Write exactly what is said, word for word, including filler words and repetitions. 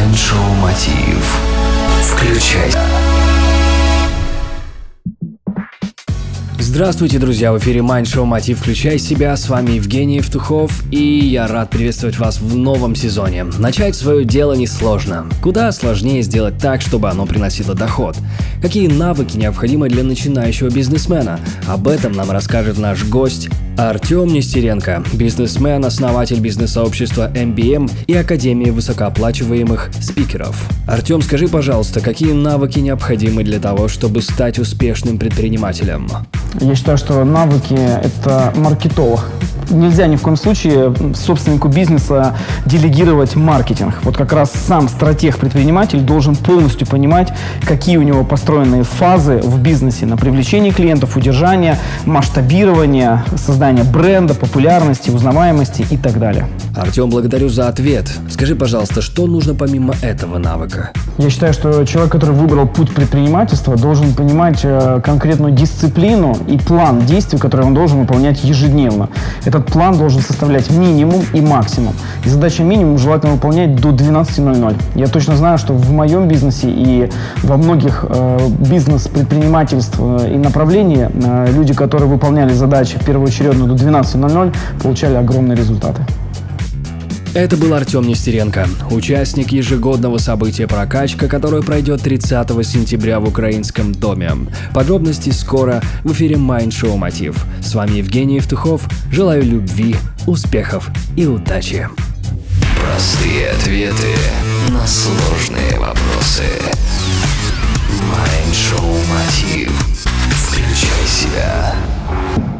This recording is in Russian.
Майнд-шоу «Мотив». Включай. Здравствуйте, друзья! В эфире Майнд-шоу «Мотив. Включай себя». С вами Евгений Евтухов, и я рад приветствовать вас в новом сезоне. Начать свое дело несложно. Куда сложнее сделать так, чтобы оно приносило доход. Какие навыки необходимы для начинающего бизнесмена? Об этом нам расскажет наш гость Артем Нестеренко, бизнесмен, основатель бизнес-сообщества эм би эм и Академии высокооплачиваемых спикеров. Артем, скажи, пожалуйста, какие навыки необходимы для того, чтобы стать успешным предпринимателем? Я считаю, что навыки – это маркетолог. Нельзя ни в коем случае собственнику бизнеса делегировать маркетинг. Вот как раз сам стратег-предприниматель должен полностью понимать, какие у него построенные фазы в бизнесе на привлечение клиентов, удержание, масштабирование, создание бренда, популярности, узнаваемости и так далее. Артем, благодарю за ответ. Скажи, пожалуйста, что нужно помимо этого навыка? Я считаю, что человек, который выбрал путь предпринимательства, должен понимать конкретную дисциплину и план действий, который он должен выполнять ежедневно. Этот план должен составлять минимум и максимум. И задача минимум желательно выполнять до двенадцати ноль-ноль. Я точно знаю, что в моем бизнесе и во многих э, бизнес-предпринимательств э, и направлениях э, люди, которые выполняли задачи первоочередно до двенадцати ноль-ноль, получали огромные результаты. Это был Артем Нестеренко, участник ежегодного события «Прокачка», которое пройдет тридцатого сентября в Украинском доме. Подробности скоро в эфире Майнд-шоу «Мотив». С вами Евгений Евтухов. Желаю любви, успехов и удачи. Простые ответы на сложные вопросы. Майнд-шоу «Мотив». Включай себя.